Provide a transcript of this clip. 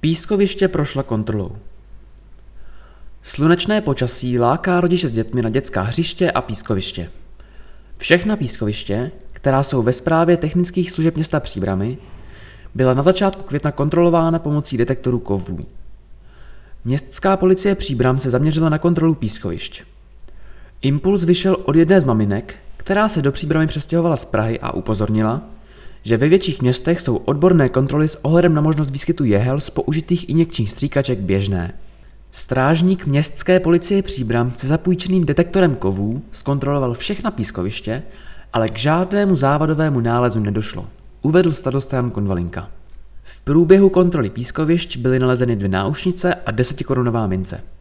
Pískoviště prošla kontrolou. Slunečné počasí láká rodiče s dětmi na dětská hřiště a pískoviště. Všechna pískoviště, která jsou ve správě technických služeb města Příbrami, byla na začátku května kontrolována pomocí detektorů kovů. Městská policie Příbram se zaměřila na kontrolu pískovišť. Impuls vyšel od jedné z maminek, která se do Příbrami přestěhovala z Prahy a upozornila, že ve větších městech jsou odborné kontroly s ohledem na možnost výskytu jehel z použitých injekčních stříkaček běžné. Strážník městské policie Příbram se zapůjčeným detektorem kovů zkontroloval všechna pískoviště, ale k žádnému závadovému nálezu nedošlo, uvedl starosta Jan Konvalinka. V průběhu kontroly pískovišť byly nalezeny 2 náušnice a 10korunová mince.